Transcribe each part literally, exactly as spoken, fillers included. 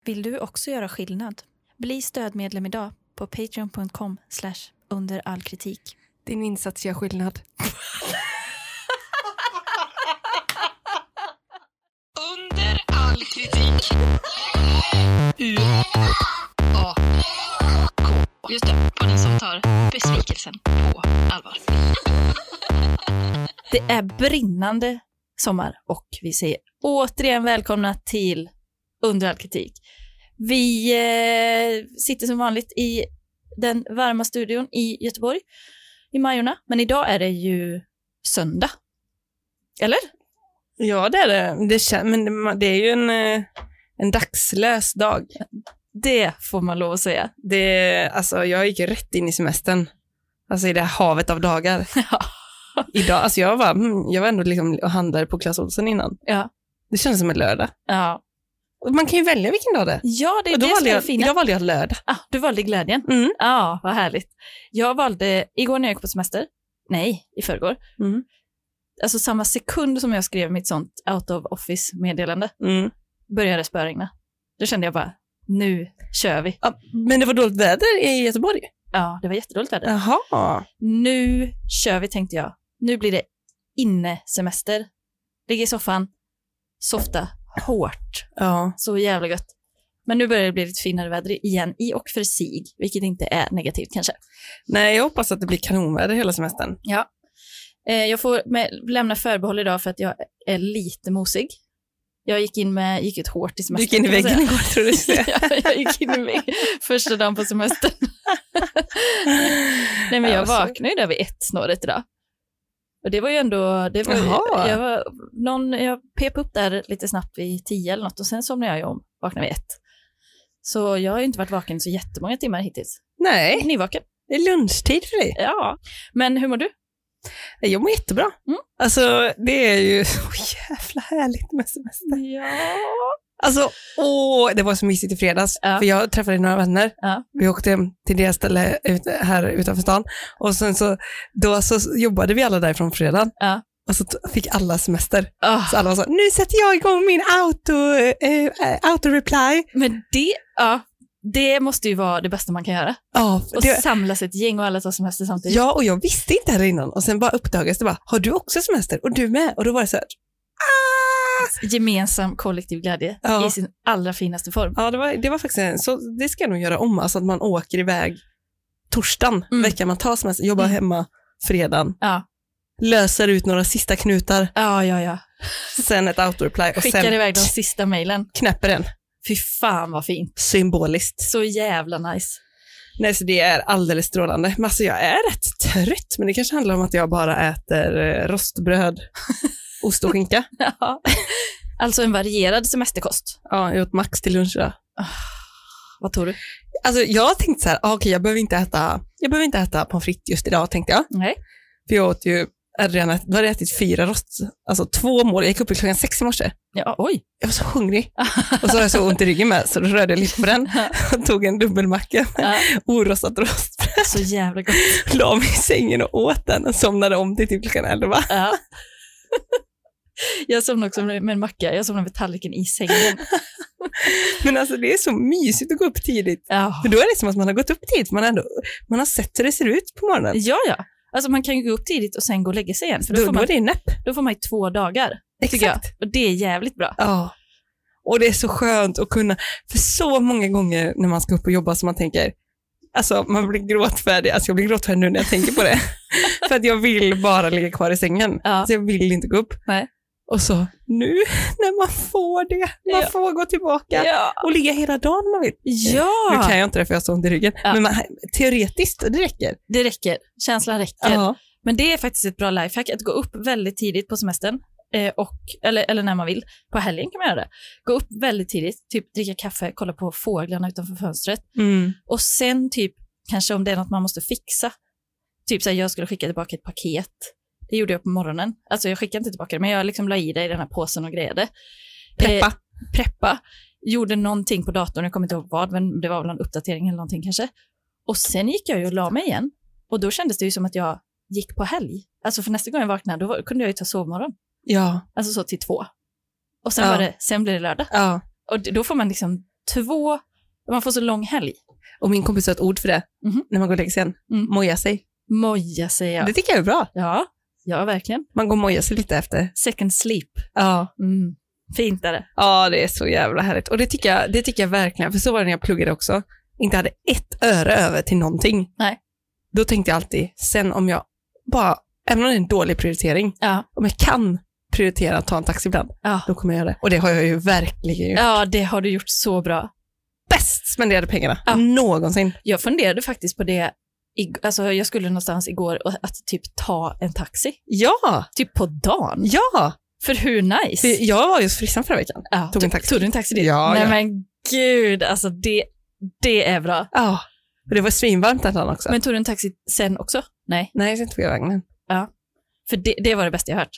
Vill du också göra skillnad? Bli stödmedlem idag på patreon dot com slash under all kritik. Din insats gör skillnad. Under all kritik. U A K. Just det, på den som tar besvikelsen på allvar. Det är brinnande sommar och vi säger återigen välkomna till Under all kritik. Vi eh, sitter som vanligt i den varma studion i Göteborg i Majorna, men idag är det ju söndag. Eller? Ja, det är det. det kän- men det, det är ju en, en dagslös dag. Det får man lov att säga. Det, alltså, jag gick rätt in i semestern. Alltså i det här havet av dagar. Ja. Idag, alltså jag var, jag var ändå liksom och handlade på Clas Ohlson innan. Ja. Det kändes som en lördag. Ja. Och man kan ju välja vilken dag det är. Ja, det är och då det som valde är jag, fina. idag valde jag lördag. Ah, du valde glädjen. Mm. Ja, vad härligt. Jag valde, igår när jag gick på semester, nej, i förrgår, Mm. alltså samma sekund som jag skrev mitt sånt out of office-meddelande, Mm. började spöregna. Då kände jag bara, nu kör vi. Ja, men det var dåligt väder i Göteborg. Ja, det var jättedåligt väder. Jaha. Nu kör vi, tänkte jag. Nu blir det innesemester. Ligga i soffan, softa hårt. Ja. Så jävla gött. Men nu börjar det bli lite finare väder igen i och för sig, vilket inte är negativt kanske. Nej, jag hoppas att det blir kanonväder hela semestern. Ja. Eh, jag får med, lämna förbehåll idag för att jag är lite mosig. Jag gick in med, gick ut hårt i Du semestern. gick in i väggen igår, tror du det? Ja, jag gick in i väggen första dagen på semestern. Nej, men jag Alltså. vaknade ju där vid ett snåret idag. Och det var ju ändå, det var, Jaha. jag, var, någon, jag pep upp där lite snabbt vid tio eller något och sen somnade jag ju om, vaknade vid ett. Så jag har ju inte varit vaken så jättemånga timmar hittills. Nej, Nyvaken. det är lunchtid för dig. Ja, men hur mår du? Jag mår jättebra. Mm. Alltså, det är ju så jävla härligt med semester. Ja. Alltså, åh, det var så mysigt i fredags. Ja. För jag träffade några vänner. Ja. Vi åkte till deras ställe ut, här utanför stan. Och sen så, då så jobbade vi alla där från fredagen. Ja. Och så t- fick alla semester. Oh. Så alla var så, nu sätter jag igång min auto, äh, auto-reply. Men det, ja, det måste ju vara det bästa man kan göra. Ja, Och det, samlas ett gäng och alla tar semester samtidigt. ja, och jag visste inte heller innan. Och sen bara uppdagades det bara, har du också semester? Och du med? Och då var det så här, ah! Gemensam kollektiv glädje Ja. i sin allra finaste form. Ja, det var, det var faktiskt en, så det ska jag nog göra om, alltså att man åker iväg torsdagen, Mm. veckan man tar semester, jobbar Mm. hemma fredagen, Ja, löser ut några sista knutar, ja, ja. ja. sen ett auto-reply och Skickar sen iväg de sista mejlen. knäpper den, Fy fan vad fint. symboliskt. Så jävla nice. Nej, så det är alldeles strålande. Men alltså jag är rätt trött, men det kanske handlar om att jag bara äter eh, rostbröd, ost och skinka. Ja. Alltså en varierad semesterkost. Ja, jag åt max till lunch idag. Vad tror du? Alltså jag tänkte så här, ah, okej, jag behöver inte äta, jag behöver inte äta pommes frites just idag, tänkte jag. Nej. För jag åt ju, Adriana, då hade jag ätit fyra rost, alltså två mål. Jag gick upp i klockan sex i morse. Ja, oj. Jag var så hungrig. Och så har jag så ont i ryggen med, så då rörde jag lite på den. Och tog en dubbelmacka, Ja. orostat rostbröd. Så jävla gott. La mig i sängen och åt den och somnade om till typ klockan elva. Ja. Jag somnade också med en macka. Jag somnade med tallriken i sängen. Men alltså det är så mysigt att gå upp tidigt. Ja. För då är det som att man har gått upp tidigt. Man har, ändå, man har sett hur det ser ut på morgonen. Ja, ja. Alltså man kan ju gå upp tidigt och sen gå och lägga sig igen. För då, Då, får då man, är det näpp. då får man ju två dagar. Tycker jag. Exakt. Och det är jävligt bra. Ja. Och det är så skönt att kunna, för så många gånger när man ska upp och jobba som man tänker, alltså man blir gråtfärdig, alltså jag blir gråtfärdig nu när jag tänker på det. För att jag vill bara ligga kvar i sängen. Ja. Så jag vill inte gå upp. Nej. Och så nu när man får det, man Ja. får gå tillbaka Ja. och ligga hela dagen om man vill. Ja. Nu kan jag inte det för jag har så ont i ryggen. Ja. Men man, teoretiskt, det räcker. Det räcker. Känslan räcker. Ja. Men det är faktiskt ett bra lifehack att gå upp väldigt tidigt på semestern. Eh, och, eller, eller när man vill. På helgen kan man göra det. Gå upp väldigt tidigt, typ dricka kaffe, kolla på fåglarna utanför fönstret. Mm. Och sen typ, kanske om det är något man måste fixa. Typ så här, jag skulle skicka tillbaka ett paket. Det gjorde jag på morgonen. Alltså jag skickade inte tillbaka det, men jag liksom la i det i den här påsen och grejade. Preppa. Eh, preppa. Gjorde någonting på datorn, jag kommer inte ihåg vad, men det var väl en uppdatering eller någonting kanske. Och sen gick jag ju och la mig igen. Och då kändes det ju som att jag gick på helg. Alltså för nästa gång jag vaknade, då var, kunde jag ju ta sovmorgon. Ja. Alltså så till två. Och sen Ja. var det, sen blev det lördag. Ja. Och då får man liksom två, man får så lång helg. Och min kompis har ett ord för det, Mhm. när man går och lägger sig igen. Mm. Moja sig. Moja säger jag. Det tycker jag är bra. Ja, ja verkligen. Man går och mojar sig lite efter. Second sleep. Ja. Mm. Fint är det. Ja, det är så jävla härligt. Och det tycker jag, det tycker jag verkligen, för så var det när jag pluggade också. Inte hade ett öre över till någonting. Nej. Då tänkte jag alltid, sen om jag bara, även om det är en dålig prioritering, Ja, om jag kan prioritera att ta en taxi ibland, ja. då kommer jag göra det. Och det har jag ju verkligen gjort. ja, det har du gjort så bra. Bäst spenderade pengarna, Ja. någonsin. Jag funderade faktiskt på det, ig- alltså jag skulle någonstans igår och att typ ta en taxi. Ja, Typ på dagen. ja. För hur nice? För jag var just frissan förra veckan. Ja, tog en taxi. Tog du en taxi dit? Ja, Nej ja. men gud, alltså det, det är bra. Ja, och det var svinvarmt den dagen också. Men tog du en taxi sen också? Nej, Nej, sen tog jag vagnen. för det, det var det bästa jag hört.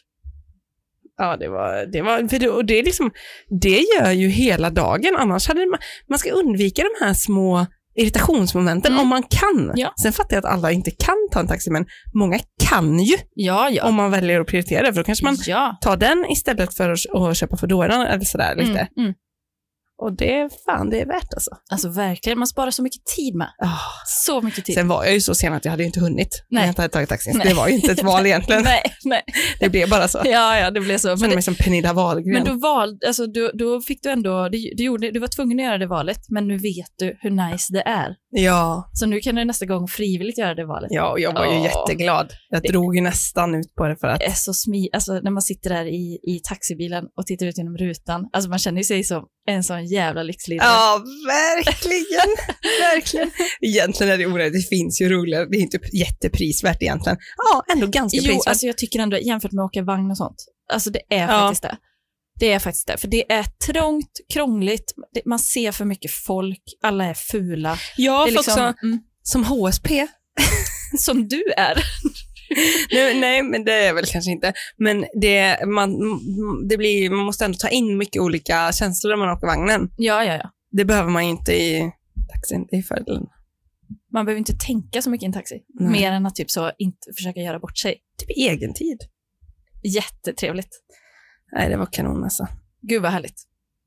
Ja, det var, det var, för det, och det är liksom, det gör ju hela dagen, annars hade man, man ska undvika de här små irritationsmomenten Mm. om man kan. Ja. Sen fattar jag att alla inte kan ta en taxi, men många kan ju Ja, ja. om man väljer att prioritera det, för då kanske man ja. tar den istället för att, att köpa Foodora eller sådär lite. Mm, mm. Och det, fan, det är värt alltså. Alltså verkligen, man sparar så mycket tid med. Oh. Så mycket tid. Sen var jag ju så sen att jag hade ju inte hunnit när Nej. jag inte hade tagit taxin. Så Nej. det var ju inte ett val egentligen. nej, nej. Det blev bara så. Ja, ja, det blev så. Jag Men, kände det, mig som Pernilla Wahlgren. men du valde, alltså du, då fick du ändå, du, du, gjorde, du var tvungen att göra det valet, men nu vet du hur nice det är. Ja, Så nu kan du nästa gång frivilligt göra det valet. ja, och jag var ju Åh. jätteglad. Jag drog ju nästan ut på det för att... Det är så smi, alltså när man sitter där i, i taxibilen och tittar ut genom rutan, alltså man känner sig som en sån jävla lyxlidare. Ja, verkligen. verkligen. Egentligen är det onödigt. Det finns ju roligare. Det är inte jätteprisvärt egentligen. Ja, ändå ganska Jo, prisvärt. alltså jag tycker ändå, jämfört med att åka vagn och sånt, alltså det är Ja. faktiskt det. Det är faktiskt det, för det är trångt, krångligt, det, man ser för mycket folk, alla är fula. Ja, Det är för liksom, också mm, som H S P. som du är. nej, nej, men det är väl kanske inte. Men det, man, det blir, man måste ändå ta in mycket olika känslor när man åker vagnen. Ja, ja, ja. Det behöver man inte i taxin. Det är fördelen. Man behöver inte tänka så mycket i en taxi, Nej. mer än att typ så inte försöka göra bort sig. Typ egen tid. Jättetrevligt. Nej, det var kanon alltså. Gud vad härligt.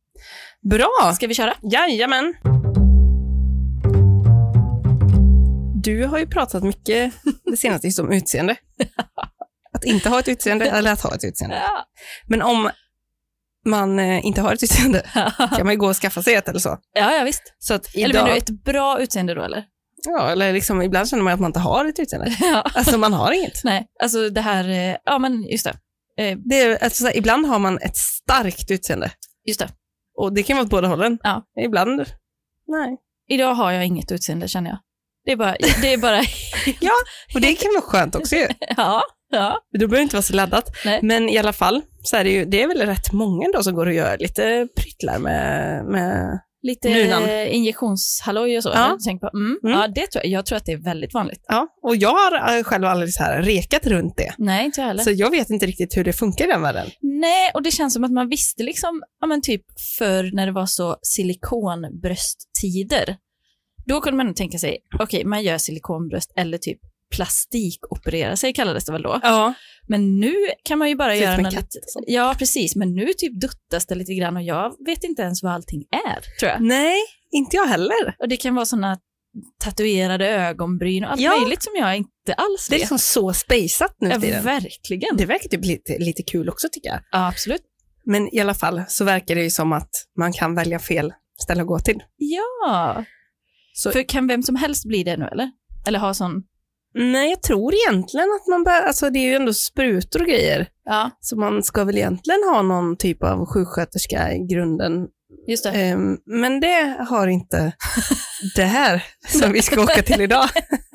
Bra! Ska vi köra? Jajamän. Du har ju pratat mycket det senaste just om utseende. Att inte ha ett utseende eller att ha ett utseende. Ja. Men om man eh, inte har ett utseende kan man ju gå och skaffa sig ett eller så. Ja, ja visst. Så att idag, Eller menar du ett bra utseende då, eller? ja, eller liksom, ibland känner man att man inte har ett utseende. Ja. Alltså man har inget. Nej, alltså det här, eh, ja men just det. Eh, Det är, alltså, så här, ibland har man ett starkt utseende. Just det. Och det kan vara åt båda hållen. Ja. Ibland, nej. Idag har jag inget utseende, känner jag. Det är bara, det är bara Och det kan vara skönt också ju. ja, ja. Då behöver det inte vara så laddat. Nej. Men i alla fall så är det ju, det är väl rätt många då som går och gör lite pryttlar med, med Lite Nunan. eh, injektionshalloj och så. Ja. Ja. Tänk på. Mm. Mm. Ja, det tror jag. Jag tror att det är väldigt vanligt. ja, och jag har eh, själv aldrig så här rekat runt det. Nej, inte jag heller. Så jag vet inte riktigt hur det funkar i den världen. Nej, och det känns som att man visste liksom, ja men typ för när det var så silikonbrösttider. Då kunde man nog tänka sig, okej, okay, man gör silikonbröst eller typ plastikoperera sig kallades det väl då. Ja. Men nu kan man ju bara Ser ut göra som en något katt, lite, liksom. ja precis, men nu typ duttas det lite grann och jag vet inte ens vad allting är, tror jag. Nej, inte jag heller. Och det kan vara sådana tatuerade ögonbryn och allt Ja. möjligt som jag inte alls Det är vet. liksom så spejsat nu Ja, för tiden. verkligen. Det verkar typ lite, lite kul också tycker jag. Ja, absolut. Men i alla fall så verkar det ju som att man kan välja fel ställe att gå till. Ja. Så- För kan vem som helst bli det nu, eller? Eller ha sån... Nej, jag tror egentligen att man bör, alltså det är ju ändå sprutor och grejer. Ja, Så man ska väl egentligen ha någon typ av sjuksköterska i grunden. just det. Ehm, men det har inte det här som vi ska åka till idag.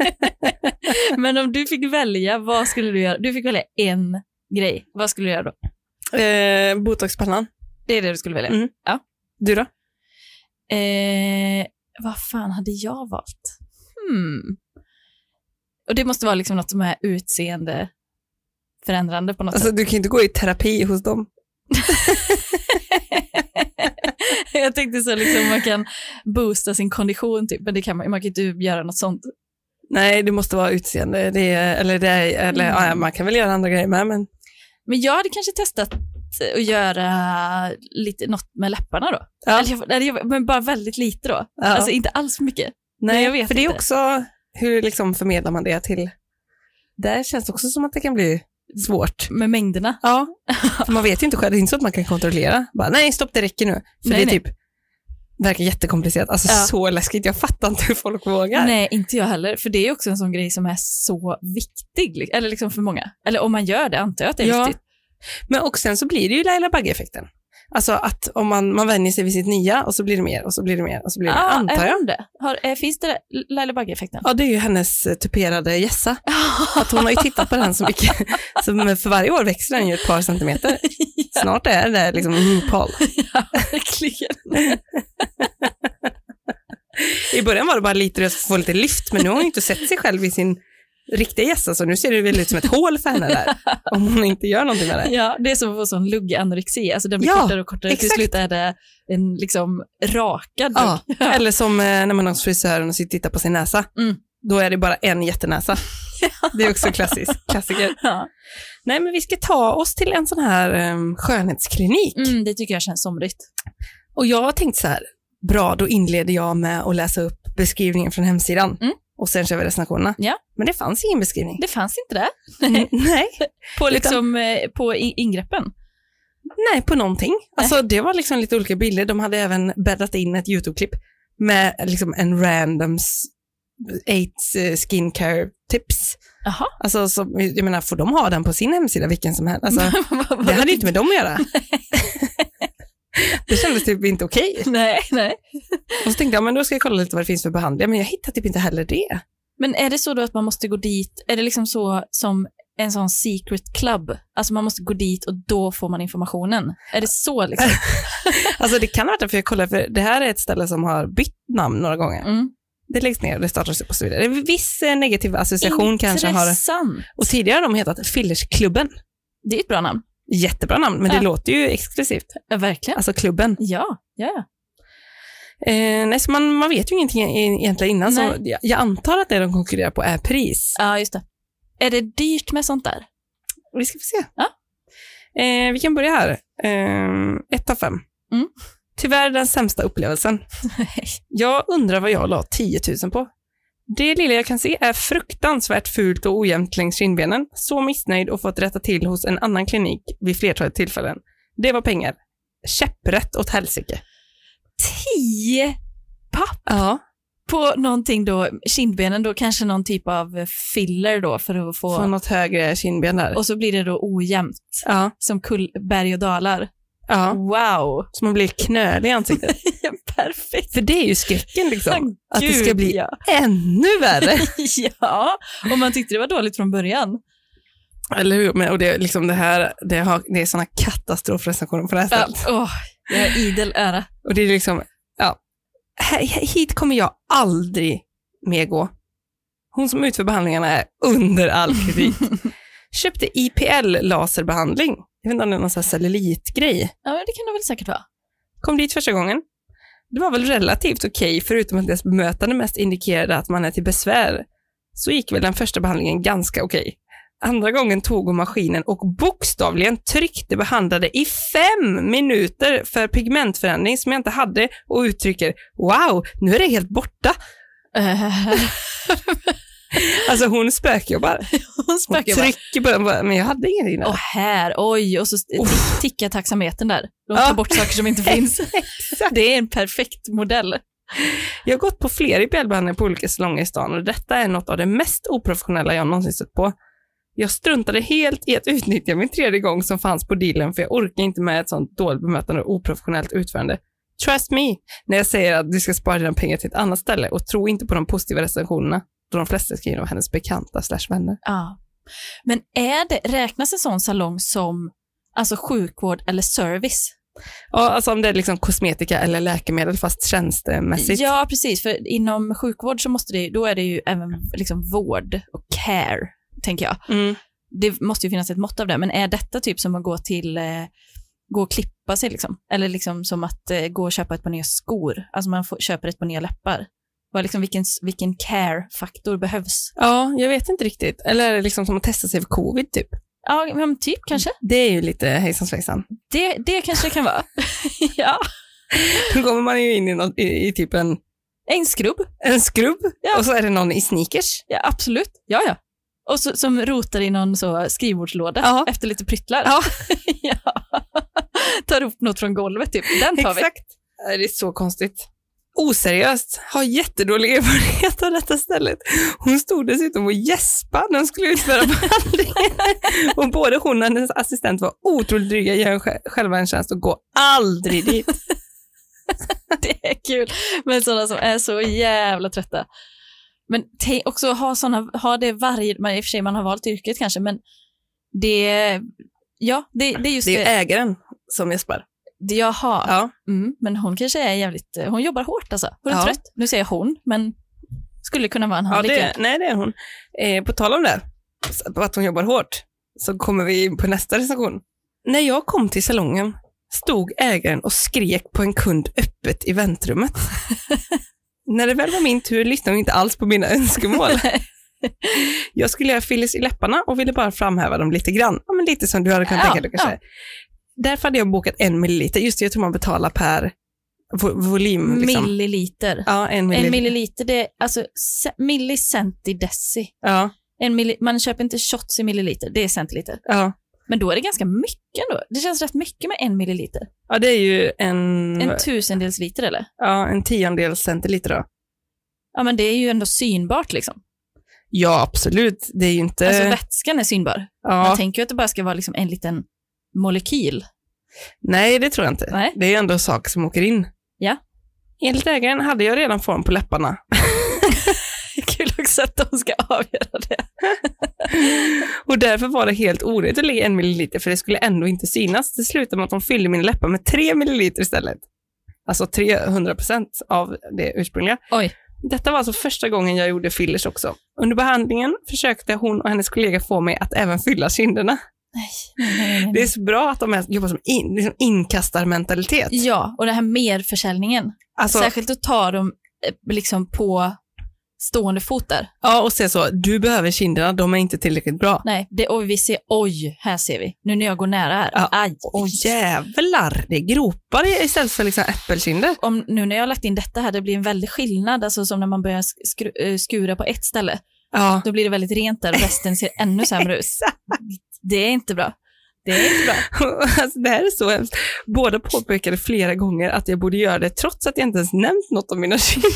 Men om du fick välja, vad skulle du göra? Du fick välja en grej. Vad skulle du göra då? Eh, Botoxpannan. Det är det du skulle välja? Mm. Ja. Du då? Eh, vad fan hade jag valt? Hmm. Och det måste vara liksom något som är utseende förändrande på något Alltså sätt. du kan inte gå i terapi hos dem. Jag tänkte så liksom man kan boosta sin kondition typ, men det kan man, man kan inte göra något sånt. Nej, det måste vara utseende. Det är, eller det är, eller, Mm. ja, man kan väl göra andra grejer med, men Men jag hade kanske testat att göra lite något med läpparna då. Ja. Eller, jag, eller jag, men bara väldigt lite då. Ja. Alltså inte alls mycket. Nej, jag vet för det är inte. också, hur liksom förmedlar man det till, där känns det också som att det kan bli svårt. Med mängderna. Ja, för man vet ju inte själv, det är inte så att man kan kontrollera. Bara, nej, stopp, det räcker nu. För Nej, det är nej. typ, verkar jättekomplicerat. Alltså Ja. så läskigt, jag fattar inte hur folk vågar. Nej, inte jag heller. För det är också en sån grej som är så viktig. Eller liksom för många. Eller om man gör det, antar jag att det är Ja. viktigt. Men och sen så blir det ju Laila Bagge-effekten. Alltså att om man, man vänjer sig vid sitt nya och så blir det mer och så blir det mer och så blir det mer, Ja, antar är jag. hon det? Har, är, finns det där Laila Bagge-effekten? Ja, det är ju hennes eh, tuperade gässa. Att hon har ju tittat på den så mycket. Så för varje år växer den ju ett par centimeter. Snart är det liksom RuPaul. Ja, verkligen. I början var det bara lite röst för att få lite lyft, men nu har hon ju inte sett sig själv i sin riktiga gässa, så nu ser det väl ut som ett hål för henne där. Om hon inte gör någonting med det. Ja, det är som att få sån luggig anorexi. Alltså den blir Ja, kortare och kortare. Till exakt. slut är det en liksom rakad Ja, lugg. eller som eh, när man har frisören och sitter och tittar på sin näsa. Mm. Då är det bara en jättenäsa. Det är också klassiskt, klassiker. Ja. Nej, men vi ska ta oss till en sån här um, skönhetsklinik. Mm, det tycker jag känns somrigt. Och jag har tänkt så här, bra, då inleder jag med att läsa upp beskrivningen från hemsidan. Mm. Och sen kör vi recensionerna. Ja. Men det fanns ingen beskrivning. Det fanns inte det. Nej, På, liksom, eh, på i- ingreppen. nej, på någonting. Alltså det var liksom lite olika bilder. De hade även bäddat in ett YouTube-klipp med liksom en randoms eight eh, skincare tips. Jaha. Alltså, så, jag menar, får de ha den på sin hemsida vilken som helst? Alltså, det hade inte med dem att göra. Det kändes typ inte okej. Nej, nej. Och så tänkte jag, men då ska jag kolla lite vad det finns för behandlingar, men jag hittar typ inte heller det. Men är det så då att man måste gå dit, är det liksom så som en sån secret club? Alltså man måste gå dit och då får man informationen. Är det så liksom? Alltså det kan vara det, för jag kollar, för det här är ett ställe som har bytt namn några gånger. Mm. Det läggs ner, det startas upp och så vidare. Det är viss eh, negativ association kanske har. Intressant. Och tidigare har de hetat Fillersklubben. Det är ett bra namn. Jättebra namn, men Ja. det låter ju exklusivt. Ja, verkligen. Alltså klubben. Ja, ja, ja. Eh, nej, så man, man vet ju ingenting e- egentligen innan. Så Nej. jag, jag antar att det de konkurrerar på är pris. Ja, just det. Är det dyrt med sånt där? Vi ska få se. Ja. Eh, vi kan börja här. Eh, ett av fem. Mm. Tyvärr den sämsta upplevelsen. Jag undrar vad jag la tio tusen på. Det lilla jag kan se är fruktansvärt fult och ojämnt längs kindbenen. Så missnöjd och fått rätta till hos en annan klinik vid flertalet tillfällen. Det var pengar. Käpprätt åt helsike. Tio papp Ja. på någonting då, kindbenen då, kanske någon typ av filler då för att få, Få något högre kindben där. och så blir det då ojämnt, Ja. som kull, berg och dalar. Ja. Wow. Så man blir knölig i ansiktet. Perfekt. För det är ju skräcken liksom. Att det ska Gud, bli ja. ännu värre. Ja, och man tyckte det var dåligt från början. Eller hur? Men, och det, är liksom det här, det, har, det är såna katastrofrecensioner på det här Ja, stället. åh, jag är idel ära. Och det är liksom, ja, här, hit kommer jag aldrig mer gå. Hon som utför behandlingarna är under all kritik. Köpte I P L-laserbehandling. Jag vet inte om det är någon sån här cellulitgrej. Ja, men det kan det väl säkert vara. Kom dit första gången. Det var väl relativt okej, förutom att deras bemötande mest indikerade att man är till besvär. Så gick väl den första behandlingen ganska okej. Andra gången tog hon maskinen och bokstavligen tryckte behandlade i fem minuter för pigmentförändring som jag inte hade och uttrycker, wow, nu är det helt borta. Uh, Alltså hon spökjobbar. hon Hon spökar bara. trycker på den, bara, men jag hade ingenting där. Och här, oj, och så Uff. tickar taxametern där. De tar Ja. bort saker som inte finns. Det är en perfekt modell. Jag har gått på flera I P L-behandlingar på olika salonger i stan och detta är något av det mest oprofessionella jag någonsin stött på. Jag struntade helt i att utnyttja min tredje gång som fanns på dealen för jag orkar inte med ett sånt dåligt bemötande och oprofessionellt utförande. Trust me när jag säger att du ska spara dina pengar till ett annat ställe och tro inte på de positiva recensionerna då de flesta skriver av hennes bekanta slash vänner. Ja. Men är det, räknas en sån salong som alltså sjukvård eller service? Ja, alltså om det är liksom kosmetika eller läkemedel fast tjänstemässigt. Ja, precis. För inom sjukvård så måste det, då är det ju även liksom vård och care, tänker jag. Mm. Det måste ju finnas ett mått av det. Men är detta typ som att gå till, eh, gå och klippa sig liksom? Eller liksom som att eh, gå och köpa ett par nya skor? Alltså man får, köper ett par nya läppar. Vad liksom, vilken, vilken care-faktor behövs? Ja, jag vet inte riktigt. Eller är det liksom som att testa sig för covid typ? Ja, men typ kanske. Det är ju lite hejsan svejsan. Det, det kanske det kan vara. Ja. Då kommer man ju in i, något, i, i typ en... En skrubb. En skrubb. Ja. Och så är det någon i sneakers. Ja, absolut. Ja, ja. Och så, som rotar i någon så skrivbordslåda Ja. efter lite pryttlar. Ja. Ja. Tar upp något från golvet typ. Den tar vi. Exakt. Det är så konstigt. Oseriöst. Har jättedålig erfarenhet av detta stället. Hon stod dessutom och gäspade när hon skulle utföra behandlingen. Och både hon och hennes assistent var otroligt dryga, gör själva en tjänst och går aldrig dit. Det är kul med sådana som är så jävla trötta. Men te- också ha sådana, ha det varje, man, i och för sig man har valt yrket kanske, men det, ja, det, det är just Det är ju det. ägaren som gäspar. Det jag har. Ja. Mm, men hon kanske är jävligt, hon jobbar hårt alltså. Hon är Ja. trött. Nu säger jag hon, men skulle kunna vara en han Ja, lika. det, nej, det är hon. Eh, på tal om det, på att hon jobbar hårt, så kommer vi in på nästa recension. När jag kom till salongen stod ägaren och skrek på en kund öppet i väntrummet. När det väl var min tur lyssnade hon inte alls på mina önskemål. Jag skulle göra fillers i läpparna och ville bara framhäva dem lite grann. Ja, men lite som du hade kunnat Ja, tänka dig kanske. ja. Därför hade jag bokat en milliliter. Just det, jag tror man betalar per vo- volym. Liksom. Milliliter. Ja, en milliliter. En milliliter, det är alltså se- millicenti deci. Ja, En milli- man köper inte shots i milliliter, det är centiliter. ja. Men då är det ganska mycket ändå. Det känns rätt mycket med en milliliter. Ja, det är ju en, En tusendels liter eller? ja, en tiondels centiliter då. Ja, men det är ju ändå synbart liksom. Ja, absolut. Det är ju inte... Alltså vätskan är synbar. ja. Man tänker ju att det bara ska vara liksom en liten molekyl. Nej, det tror jag inte. Nej. Det är ju ändå saker som åker in. Ja. Enligt ägaren hade jag redan form på läpparna. Kul också att de ska avgöra det. Och därför var det helt onödigt att lägga en milliliter, för det skulle ändå inte synas. Det slutade med att de fyllde mina läppar med tre milliliter istället. Alltså trehundra procent av det ursprungliga. Oj. Detta var alltså första gången jag gjorde fillers också. Under behandlingen försökte hon och hennes kollega få mig att även fylla kinderna. Nej, nej, nej, nej. Det är så bra att de är, jobbar som in, liksom inkastarmentalitet. Ja, och det här merförsäljningen. Alltså, Särskilt att ta dem eh, liksom på stående fot där. ja, och se så, du behöver kinderna, de är inte tillräckligt bra. Nej, det, och vi ser, oj, här ser vi. Nu när jag går nära här. Ja. Aj. Åh jävlar, det är gropar istället för liksom äppelkinder. Om, nu när jag har lagt in detta här, det blir en väldig skillnad. Alltså som när man börjar skru, eh, skura på ett ställe. Ja. Då blir det väldigt rent där och resten ser ännu sämre ut. Det är inte bra. Det är inte bra. Alltså, det här är så hemskt. Båda påpekade flera gånger att jag borde göra det trots att jag inte ens nämnt något om mina kinder.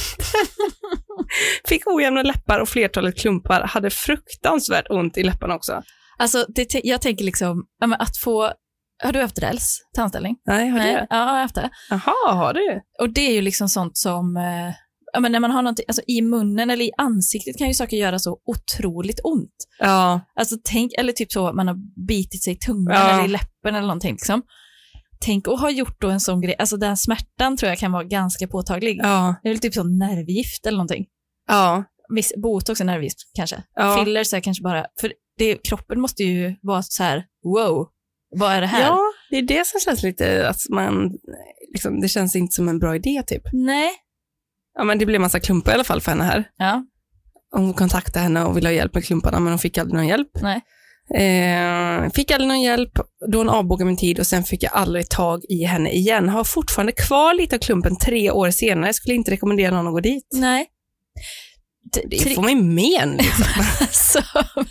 Fick ojämna läppar och flertalet klumpar. Hade fruktansvärt ont i läpparna också. Alltså, det, jag tänker liksom, ja, men att få, har du haft räls, tandställning? Nej, har du Nej, det? ja, jag har haft det. Jaha, har du? Och det är ju liksom sånt som, eh, ja, men när man har någonting, alltså i munnen eller i ansiktet kan ju saker göra så otroligt ont. Ja. Alltså tänk, eller typ så att man har bitit sig i tungan Ja. eller i läppen eller någonting liksom. Tänk att ha gjort då en sån grej, alltså den smärtan tror jag kan vara ganska påtaglig. Ja. Det är väl typ så nervgift eller någonting. Ja. Viss, botox är nervgift kanske. Ja. Fillers är kanske bara, för det, kroppen måste ju vara så här, wow, vad är det här? Ja, det är det som känns lite att man, liksom, det känns inte som en bra idé typ. Nej. Ja, men det blev en massa klumpar i alla fall för henne här. Ja. Hon kontaktade henne och ville ha hjälp med klumparna, men hon fick aldrig någon hjälp. Nej. Eh, fick aldrig någon hjälp, då hon avbokade min tid och sen fick jag aldrig tag i henne igen. Har fortfarande kvar lite av klumpen tre år senare. Jag skulle inte rekommendera någon att gå dit. Nej. Det får man men liksom. Alltså,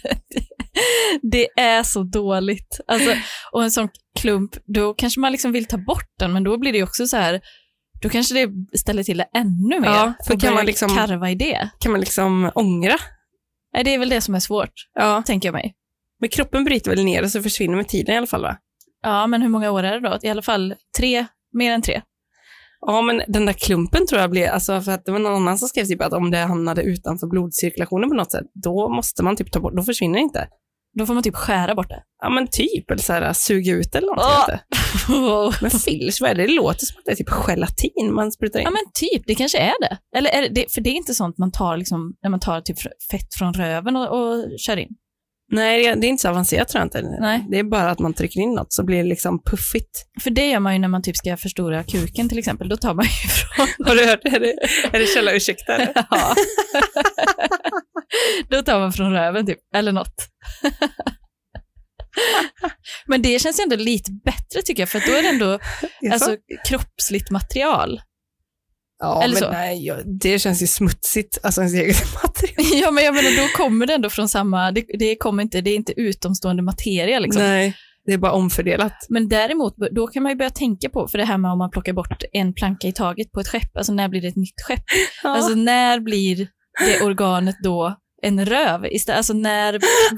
det är så dåligt. Alltså, och en sån klump, då kanske man liksom vill ta bort den, men då blir det också så här, då kanske det ställer till det ännu mer. Ja, för och kan man börja liksom- karva i det. Kan man liksom ångra? Nej, det är väl det som är svårt, Ja. tänker jag mig. Men kroppen bryter väl ner och så försvinner med tiden i alla fall, va? Ja, men hur många år är det då? I alla fall tre, mer än tre. Ja, men den där klumpen tror jag blev, alltså för att det var någon annan som skrev typ att om det hamnade utanför blodcirkulationen på något sätt, då måste man typ ta bort, då försvinner det inte. Då får man typ skära bort det. Ja, men typ, eller så här, suga ut eller någonting. Åh! Inte. Men fillers, vad är det? Det låter som att det är typ gelatin man sprutar in. Ja, men typ, det kanske är det. Eller är det, för det är inte sånt man tar liksom, när man tar typ fett från röven och, och kör in. Nej, det är inte så avancerat tror jag inte. Nej. Det är bara att man trycker in något så blir det liksom puffigt. För det gör man ju när man typ ska förstora kuken till exempel. Då tar man ju ifrån. Har du hört det? Är det, är det källarursäkta eller? Ja. Då tar man från röven typ, eller något. Men det känns ändå lite bättre tycker jag, för då är det ändå alltså, kroppsligt material. Ja, Eller men så. nej, ja, det känns ju smutsigt, alltså ens eget material. Ja, men jag menar, då kommer det ändå från samma, det, det kommer inte, det är inte utomstående materia liksom. Nej, det är bara omfördelat. Men däremot, då kan man ju börja tänka på, för det här med om man plockar bort en planka i taget på ett skepp, alltså när blir det ett nytt skepp? Ja. Alltså när blir det organet då en röv? Istället, alltså när...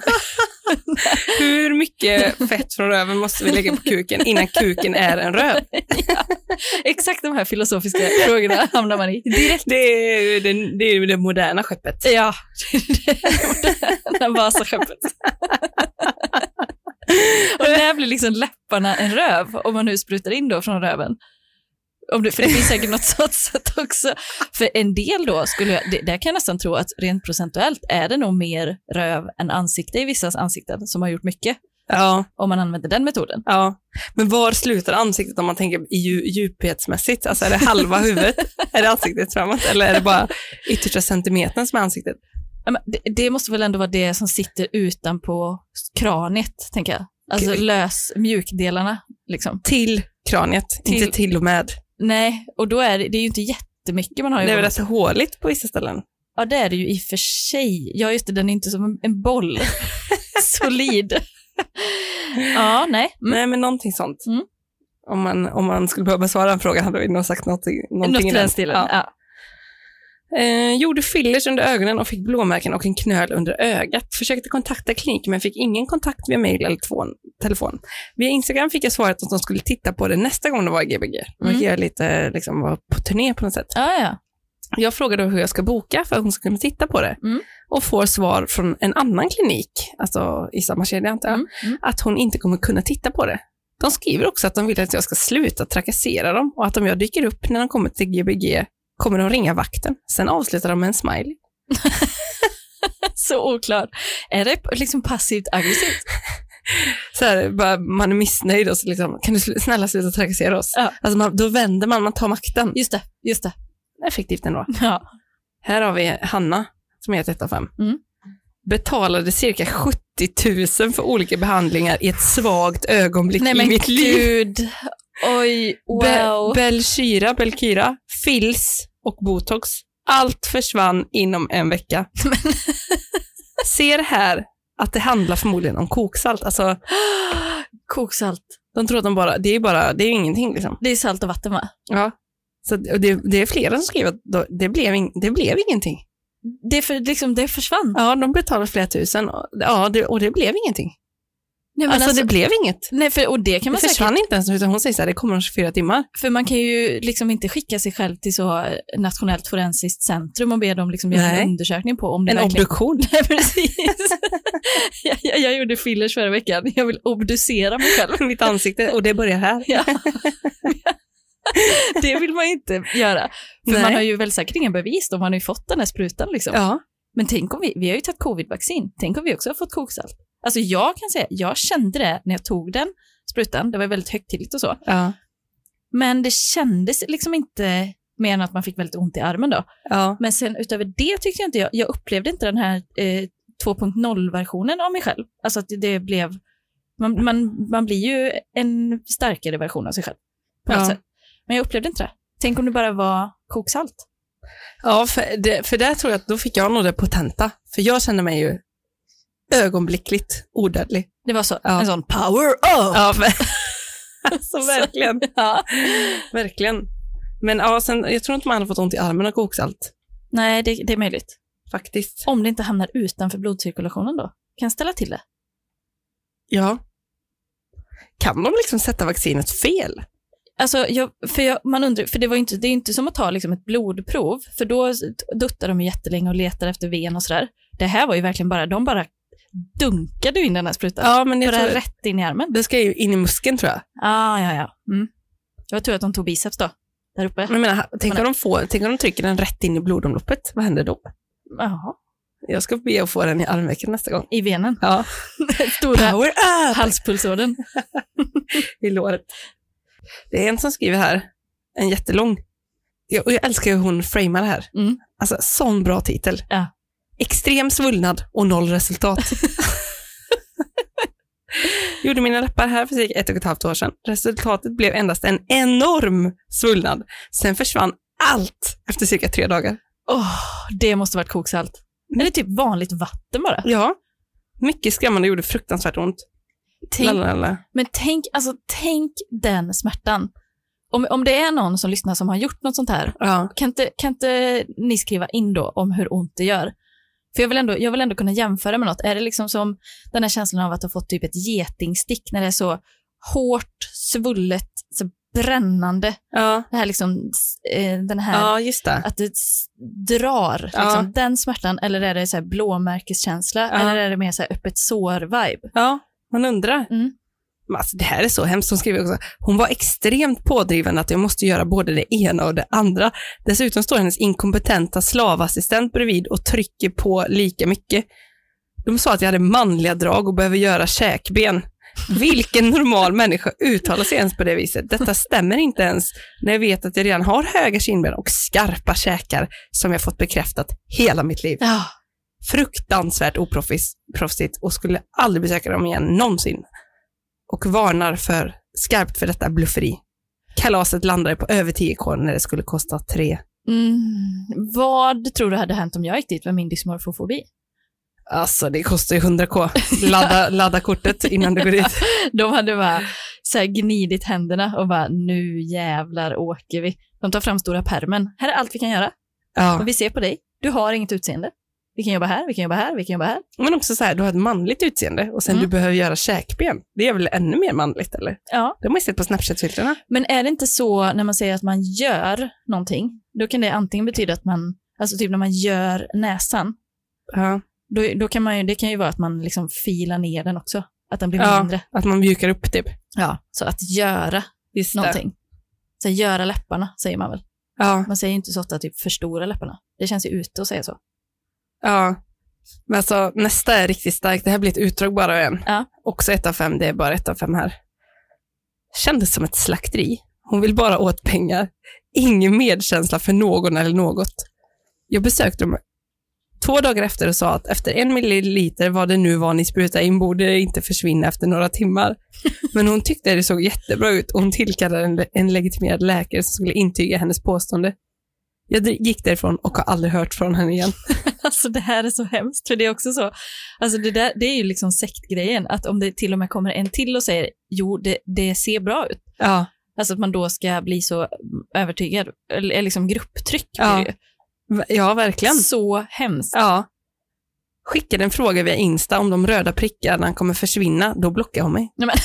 Hur mycket fett från röven måste vi lägga på kuken innan kuken är en röv? Ja, exakt de här filosofiska frågorna hamnar man i direkt. Det är ju det, det, är ju det moderna skeppet. Ja, det är Vasaskeppet. Och när blir liksom läpparna en röv, om man nu sprutar in då från röven? Om det, för det finns säkert något sånt sätt också. För en del då, skulle jag, det, där kan jag nästan tro att rent procentuellt är det nog mer röv än ansikte i vissas ansikten som har gjort mycket. Ja. Om man använder den metoden. Ja, men var slutar ansiktet om man tänker i djuphetsmässigt? Alltså är det halva huvudet? Är det ansiktet framåt? Eller är det bara yttersta centimetern som är ansiktet? Ja, men det, det måste väl ändå vara det som sitter utanpå kraniet, tänker jag. Alltså Okej. lös mjukdelarna liksom. Till kraniet, Till- inte till och med. Nej, och då är det, det är ju inte jättemycket man har i Det är väl munnen. rätt håligt på vissa ställen. Ja, det är det ju i och för sig. Ja, just det, den är inte som en, en boll. Solid. Ja, nej. Mm. Nej, men någonting sånt. Mm. Om, man, om man skulle behöva besvara en fråga hade vi nog sagt någonting, någonting Något i i den stilen. Ja. Ja. Eh, gjorde fillers under ögonen och fick blåmärken och en knöl under ögat. Försökte kontakta kliniken men fick ingen kontakt via mail eller två- telefon. Via Instagram fick jag svaret att de skulle titta på det nästa gång det var i G B G. De Mm. mm. lite liksom var på turné på något sätt. Ja, ja. Jag frågade hur jag ska boka för att hon ska kunna titta på det. Mm. Och får svar från en annan klinik, alltså i samma kedja antar jag, Mm. Mm. att hon inte kommer kunna titta på det. De skriver också att de vill att jag ska sluta trakassera dem och att om jag dyker upp när de kommer till G B G kommer de ringa vakten. Sen avslutar de med en smiley. Så oklart. Är det liksom passivt aggressivt? Så här, bara, man är missnöjd och så liksom, kan du sl- snälla sluta trakassera oss? Ja. Alltså man, då vänder man, man tar makten. Just det, just det. Effektivt ändå. Ja. Här har vi Hanna som är ett av fem. Mm. Betalade cirka sjuttio tusen för olika behandlingar i ett svagt ögonblick Nej i men mitt liv. gud. Oj, wow. Be- Belkyra, Belkyra, Fils och Botox. Allt försvann inom en vecka. Ser här att det handlar förmodligen om koksalt. Alltså, Koksalt. de tror att de bara, det är bara, det är ju ingenting liksom. Det är salt och vatten, va? Ja. Så och det, det är flera som skriver att då, det, blev in, det blev ingenting. Det, för, liksom, det försvann. Ja, de betalade flera tusen. Och, ja, det, och det blev ingenting. Nej, men Alltså, alltså, det blev inget. nej, för, och det kan Det man försvann säkert, inte ens, utan hon säger så här, det kommer om tjugofyra timmar. för man kan ju liksom inte skicka sig själv till så nationellt forensiskt centrum och be dem liksom göra Nej. en undersökning på om det En verkligen... obduktion. Nej, precis. jag, jag, jag gjorde fillers förra veckan. Jag vill obducera mig själv. Mitt ansikte, och det börjar här. Ja. Det vill man inte göra. För Nej. man har ju väl säkert inga bevis då, man har ju fått den här sprutan liksom. Ja. Men tänk om vi, vi har ju tagit covid-vaccin, tänk om vi också har fått koksalt. Alltså jag kan säga, jag kände det när jag tog den sprutan, det var väldigt högtidligt och så. Ja. Men det kändes liksom inte mer än att man fick väldigt ont i armen då. Ja. Men sen utöver det tyckte jag inte, jag, jag upplevde inte den här eh, två punkt noll-versionen av mig själv. Alltså att det, det blev, man, man, man blir ju en starkare version av sig själv på något Ja. sätt. Men jag upplevde inte det. Tänk om det bara var koksalt. Ja, för, det, för där tror jag att då fick jag nog det potenta. För jag kände mig ju ögonblickligt odödlig. Det var så, Ja. en sån power up. Ja, för, alltså verkligen. Ja. Verkligen. Men ja, sen, jag tror inte man hade fått ont i armen av koksalt. Nej, det, det är möjligt. Faktiskt. Om det inte hamnar utanför blodcirkulationen då. Kan ställa till det. Ja. Kan de liksom sätta vaccinet fel? Alltså, jag, för jag, man undrar, för det var ju inte, det är inte som att ta liksom ett blodprov, för då duttar de jättelänge och letar efter ven och sådär. Det här var ju verkligen bara, de bara dunkade in den här sprutan. Ja, men På jag det här tror, rätt in i armen. det ska ju in i muskeln tror jag. Ah, ja, ja. Mm. Jag tror att de tog biceps då, där uppe. Men jag menar, tänk om de, får, tänk om de trycker den rätt in i blodomloppet. Vad händer då? Jaha. Jag ska be att få den i armvecken nästa gång. I venen. Ja. Stora Power up! halspulsådern. I låret. Det är en som skriver här, en jättelång. Jag, och jag älskar hur hon framar det här. Mm. Alltså, sån bra titel. Ja. Extrem svullnad och noll resultat. Gjorde mina läppar här för cirka ett och ett halvt år sedan. Resultatet blev endast en enorm svullnad. Sen försvann allt efter cirka tre dagar. Oh, det måste varit koksalt. Mm. Eller typ vanligt vatten bara. Ja, mycket skrämmande, gjorde fruktansvärt ont. Tänk, Lalala. Men tänk, alltså, tänk den smärtan. Om, om det är någon som lyssnar som har gjort något sånt här, ja. kan, inte, kan inte ni skriva in då om hur ont det gör? För jag vill, ändå, jag vill ändå kunna jämföra med något. Är det liksom som den här känslan av att ha fått typ ett getingstick när det är så hårt, svullet, så brännande. Ja. Det här liksom, eh, den här, ja, just det. att det drar liksom, Ja. den smärtan, eller är det så här blåmärkeskänsla, Ja. eller är det mer så här öppet sår-vibe? Ja, man undrar. Mm. Men alltså, det här är så hemskt. Hon skriver också, hon var extremt pådrivande att jag måste göra både det ena och det andra. Dessutom står hennes inkompetenta slavassistent bredvid och trycker på lika mycket. De sa att jag hade manliga drag och behöver göra käkben. Vilken normal människa uttalar sig ens på det viset? Detta stämmer inte ens när jag vet att jag redan har höga kindben och skarpa käkar som jag fått bekräftat hela mitt liv. Ja. Fruktansvärt oproffsigt och skulle aldrig besöka dem igen någonsin. Och varnar för skarpt för detta blufferi. Kalaset landade på över tio kronor när det skulle kosta tre. Mm. Vad tror du hade hänt om jag gick dit med min dysmorfofobi? Alltså det kostar ju hundra kronor. Ladda, ladda kortet innan du går dit. De hade bara så här gnidit händerna och bara, nu jävlar åker vi. De tar fram stora pärmen. Här är allt vi kan göra. Ja. Och vi ser på dig. Du har inget utseende. Vi kan jobba här, vi kan jobba här, vi kan jobba här. Men också så här, du har ett manligt utseende och sen Mm. du behöver göra käkben. Det är väl ännu mer manligt, eller? Ja. Det har man ju sett på Snapchat-filtrarna. Men är det inte så när man säger att man gör någonting, då kan det antingen betyda att man, alltså typ när man gör näsan, Ja. då, då kan man ju, det kan ju vara att man liksom filar ner den också, att den blir Ja, mindre. att man mjukar upp typ. Ja, så att göra Just någonting. Så göra läpparna, säger man väl. Ja, Man säger ju inte så ofta typ förstora läpparna. Det känns ju ute att säga så. ja. Men alltså nästa är riktigt starkt. Det här blir ett utdrag bara en. Ja. Också ett av fem, det är bara ett av fem här. Kändes som ett slakteri. Hon vill bara åt pengar. Ingen medkänsla för någon eller något. Jag besökte dem två dagar efter och sa att efter en milliliter vad det nu var ni sprutade in borde det inte försvinna efter några timmar. Men hon tyckte det såg jättebra ut och hon tillkallade en, en legitimerad läkare som skulle intyga hennes påstående. Jag gick därifrån och har aldrig hört från henne igen. Alltså det här är så hemskt, för det är också så, alltså det, där, det är ju liksom sektgrejen, att om det till och med kommer en till och säger, jo det, det ser bra ut. Ja. Alltså att man då ska bli så övertygad, eller liksom grupptryck. Ja. Blir det ju. Ja, verkligen. Så hemskt. Ja. Skickade en fråga via Insta om de röda prickarna kommer försvinna, då blockar hon mig. Nej, men.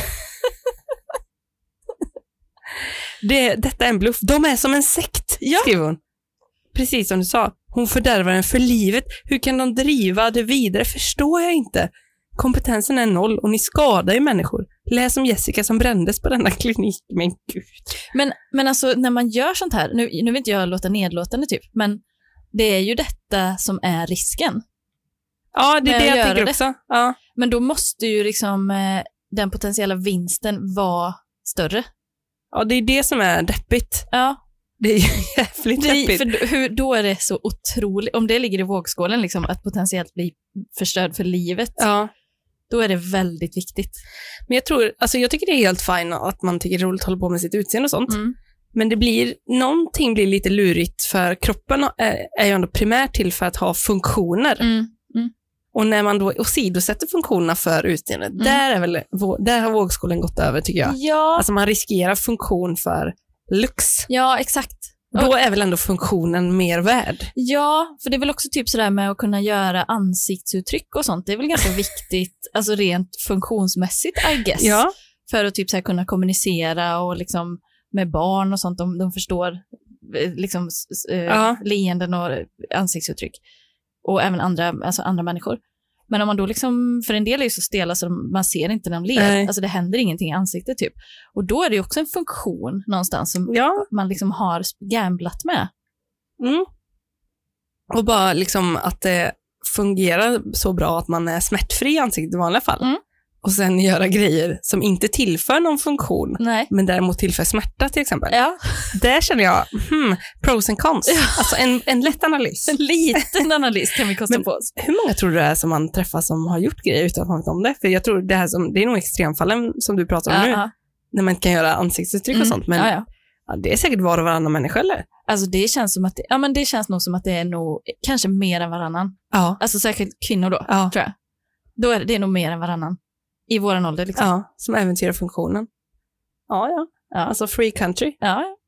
det, detta är en bluff. De är som en sekt, Ja. skriver hon. Precis som du sa. Hon fördärvar den för livet. Hur kan de driva det vidare? Förstår jag inte. Kompetensen är noll och ni skadar ju människor. Läs om Jessica som brändes på denna klinik. Men gud. Men, men alltså när man gör sånt här, nu, nu vill inte jag låta nedlåtande typ, men det är ju detta som är risken. Ja, det är Men det jag göra tänker det. också. Ja. Men då måste ju liksom eh, den potentiella vinsten vara större. ja, det är det som är deppigt. Ja, Det är jävligt det, deppigt. för då- hur, då är det så otroligt, om det ligger i vågskålen liksom, att potentiellt bli förstörd för livet, Ja. då är det väldigt viktigt. Men jag tror, alltså jag tycker det är helt fine att man tycker det är roligt att hålla på med sitt utseende och sånt. Mm. Men det blir, någonting blir lite lurigt för kroppen är, är ju ändå primärt till för att ha funktioner. Mm. Och när man då åsidosätter funktionerna för utseendet, Mm. där, är väl, vå- där har vågskålen gått över tycker jag. Ja, Alltså man riskerar funktion för lux. ja, exakt. Då är väl ändå funktionen mer värd. Ja, för det är väl också typ sådär med att kunna göra ansiktsuttryck och sånt. Det är väl ganska viktigt, alltså rent funktionsmässigt, I guess. Ja. För att typ så här kunna kommunicera och liksom med barn och sånt, de, de förstår eh, liksom s- eh, Ja. leenden och ansiktsuttryck. Och även andra, alltså andra människor. Men om man då liksom, för en del är ju så stela så de, man ser inte när de ler. Nej. Alltså det händer ingenting i ansiktet typ. Och då är det ju också en funktion någonstans som Ja. man liksom har gamblat med. Mm. Och bara liksom att det fungerar så bra att man är smärtfri i ansiktet i vanliga fall. Mm. och sen göra grejer som inte tillför någon funktion, Nej. men däremot tillför smärta till exempel. Ja. Där känner jag, hmm, pros and cons. Ja. Alltså en, en lätt analys. En liten analys kan vi kosta Men på oss. Hur många tror du det är som man träffar som har gjort grejer utan att ha vet om det? För jag tror det, här som, det är nog extremfallen som du pratar om Ja, nu, ja. när man inte kan göra ansiktsuttryck Mm. och sånt. Men Ja, ja. ja, det är säkert var och varannan människa, eller? Alltså det känns som att det, ja, men det känns nog som att det är nog kanske mer än varannan. Ja. Alltså särskilt kvinnor då, Ja. tror jag. Då är det, det är nog mer än varannan. I våran ålder liksom. Ja, som äventyrar funktionen. Ja, ja. Ja. Alltså free country. Ja, ja.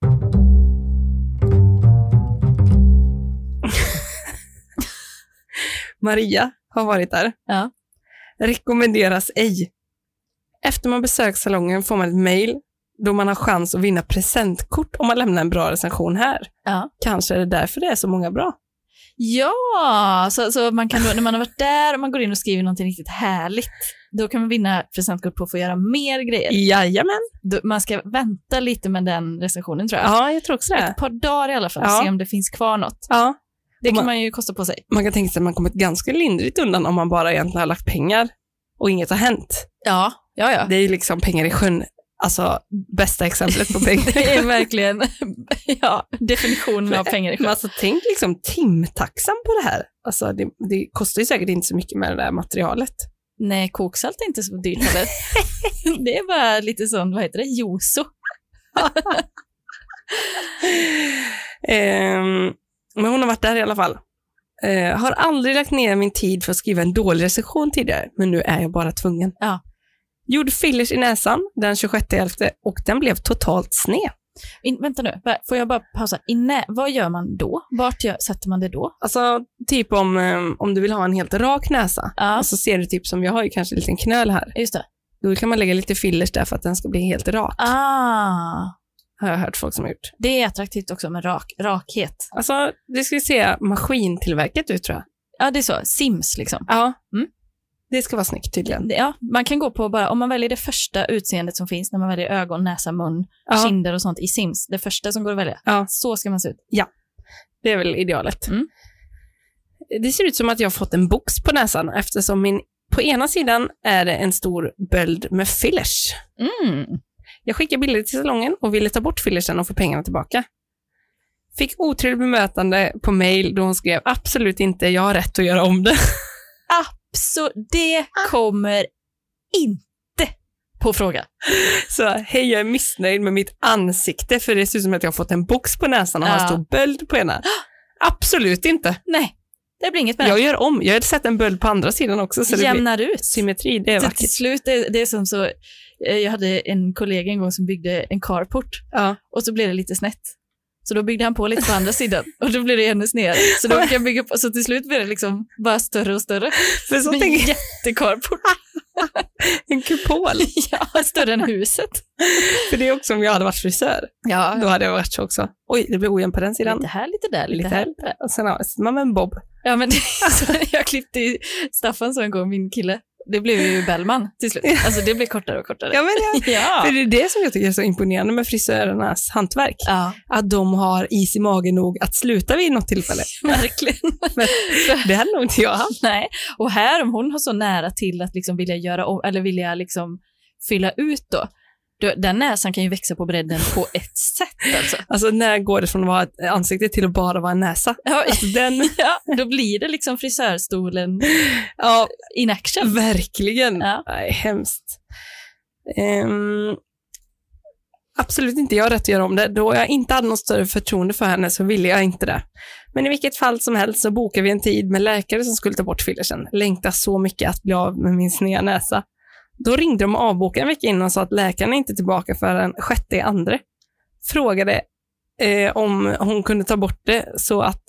Maria har varit där. Ja. Rekommenderas ej. Efter man besökt salongen får man ett mejl då man har chans att vinna presentkort om man lämnar en bra recension här. Ja. Kanske är det därför det är så många bra. Ja, så, så man kan då, när man har varit där och man går in och skriver någonting riktigt härligt, då kan man vinna presentkort på att få göra mer grejer. Jajamän. Då, man ska vänta lite med den recensionen tror jag. Ja, jag tror också det. Ett par dagar i alla fall, Ja. se om det finns kvar något. Ja. Det kan man, man ju kosta på sig. man kan tänka sig att man kommit ganska lindrigt undan om man bara egentligen har lagt pengar och inget har hänt. Ja, ja, ja. Det är ju liksom pengar i sjön. Alltså, bästa exemplet på pengar. Det är verkligen ja, definitionen av pengar i Men sjön. alltså, tänk liksom timtaxan på det här. Alltså, det, det kostar ju säkert inte så mycket med det där materialet. Nej, koksalt är inte så dyrt heller. Det är bara lite sån, vad heter det, joso. um, men hon har varit där i alla fall. Uh, har aldrig lagt ner min tid för att skriva en dålig recension tidigare, men nu är jag bara tvungen. Ja. Gjorde fillers i näsan den tjugosjätte elfte och den blev totalt sned. In, vänta nu, får jag bara pausa? Inne, vad gör man då? Vart gör, sätter man det då? Alltså typ om, um, om du vill ha en helt rak näsa, Ja. och så ser du typ som jag har ju kanske en liten knöl här. Just det. Då kan man lägga lite fillers där för att den ska bli helt rak. Ah, Har jag hört folk som har gjort. det är attraktivt också med rak, rakhet. Alltså, det ska se maskintillverkat ut tror jag. Ja, det är så. Sims liksom. Ja, Mm. det ska vara snyggt tydligen. Det- Ja, man kan gå på bara, om man väljer det första utseendet som finns, när man väljer ögon, näsa, mun, Ja. kinder och sånt i Sims. Det första som går att välja. Ja. Så ska man se ut. Det är väl idealet. Mm. Det ser ut som att jag har fått en box på näsan eftersom min, på ena sidan är det en stor böld med fillers. Mm. Jag skickade bilder till salongen och ville ta bort fillersen och få pengarna tillbaka. Fick otrevligt bemötande på mejl då hon skrev absolut inte, jag har rätt att göra om det. Så det kommer inte på fråga. Så hej, jag är missnöjd med mitt ansikte för det ser ut som att jag har fått en box på näsan och har en Ja. stor böld på ena. Absolut inte. Nej, det blir inget med Jag gör om. Jag har sett en böld på andra sidan också. Så det. det blir Jämnar ut. symmetri, det är Så vackert. till slut, det, det är som så, eh, jag hade en kollega en gång som byggde en carport Ja. och så blev det lite snett. Så då byggde han på lite på andra sidan och då blev det ännu snedare. Så då fick jag bygga på, så till slut blev det liksom bara större och större. För så En tänker jag, jättecarport. en kupol. Ja, större än huset. För det är också om jag hade varit frisör. Ja, Då hade jag varit så också. Oj, det blev ojämnt på den sidan. lite här, lite där, lite, Lite här. här, lite där. Och sen har man med en bob. Ja, men det, så jag klippte i Staffan så en gång, min kille. Det blev ju Bellman till slut. Alltså det blev kortare och kortare. Ja, men ja. Ja. För det är det som jag tycker är så imponerande med frisörernas hantverk. Ja, Att de har is i magen nog att sluta vid något tillfälle. verkligen. Men det hade nog inte jag haft. Nej, och här om hon har så nära till att liksom vilja göra om, eller vilja liksom fylla ut då, då, den näsan kan ju växa på bredden på ett sätt alltså. Alltså när går det från att vara ett ansikte till att bara vara en näsa? Ja, Alltså, den, ja, då blir det liksom frisörstolen ja, in action. verkligen. Ja. Nej, hemskt. Ehm, absolut inte, jag har rätt att göra om det. Då jag inte hade något större förtroende för henne så ville jag inte det. Men i vilket fall som helst så bokade vi en tid med läkare som skulle ta bort fillersen. Längtar så mycket att bli av med min sneda näsa. Då ringde de och avbokade en vecka innan och sa att läkaren är inte tillbaka förrän sjätte i andra. Frågade eh, om hon kunde ta bort det så att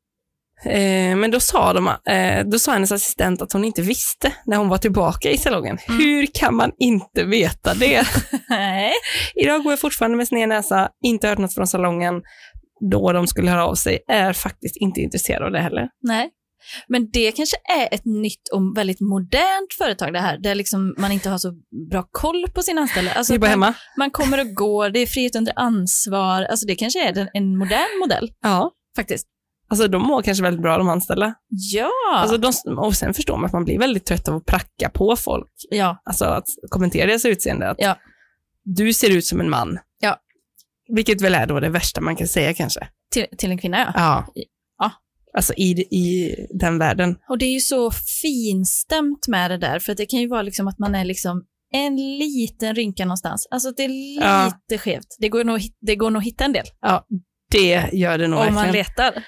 Eh, men då sa, de, eh, då sa hennes assistent att hon inte visste när hon var tillbaka i salongen. Mm. Hur kan man inte veta det? Nej. Idag går jag fortfarande med sned näsa, inte hört något från salongen då de skulle höra av sig, är faktiskt inte intresserad av det heller. Nej. Men det kanske är ett nytt och väldigt modernt företag det här, där liksom man inte har så bra koll på sin anställda. Alltså Vi är bara man, hemma. man kommer och går, det är frihet under ansvar. Alltså det kanske är en, en modern modell Ja. faktiskt. Alltså de mår kanske väldigt bra, de anställda. Ja. Alltså, de, och sen förstår man att man blir väldigt trött av att pracka på folk. Ja. Alltså att kommentera deras utseende. Att Ja. du ser ut som en man. Ja. Vilket väl är då det värsta man kan säga kanske. Till, till en kvinna, ja. Ja. Ja. Alltså i, i den världen. Och det är ju så finstämt med det där, för att det kan ju vara liksom att man är liksom en liten rynka någonstans. Alltså det är lite Ja. skevt. Det går nog, det går nog att hitta en del. Ja, det gör det nog Om verkligen. man letar.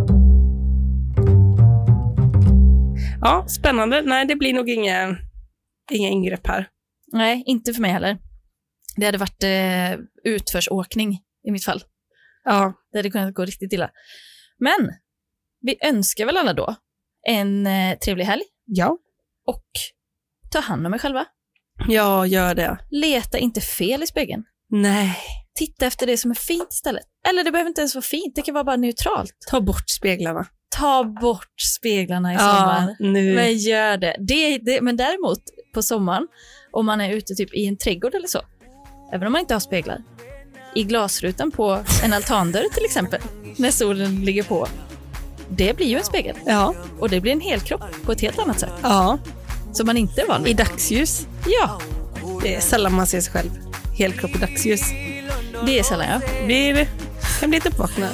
Ja, spännande. Nej, det blir nog inga, inga ingrepp här. Nej, inte för mig heller. Det hade varit eh, utförsåkning i mitt fall. Ja, Det hade kunnat gå riktigt illa. Men vi önskar väl alla då en eh, trevlig helg ja. och ta hand om er själva. Ja, gör det. Leta inte fel i spegeln. Nej. Titta efter det som är fint istället. Eller det behöver inte ens vara fint, det kan vara bara neutralt. Ta bort speglarna. Ta bort speglarna i sommar. Ja, nu. Men gör det. Det, det. Men däremot på sommaren, om man är ute typ i en trädgård eller så, även om man inte har speglar, i glasrutan på en altandörr till exempel, när solen ligger på, det blir ju en spegel. Ja. Och det blir en helkropp på ett helt annat sätt. Ja. Som man inte är van vid. I dagsljus. Ja, Det är sällan man ser sig själv. Helkropp i dagsljus. det är sällan, ja. Det kan bli ett uppvakna.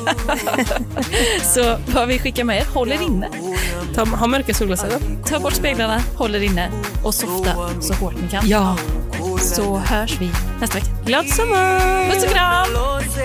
Så vad vi skickar med er, håll er inne. Ta, ha mörka solglasögon. Ta bort speglarna, håll er inne och softa så hårt ni kan. Ja. Så hörs vi nästa vecka. Glad sommar! Puss och kram!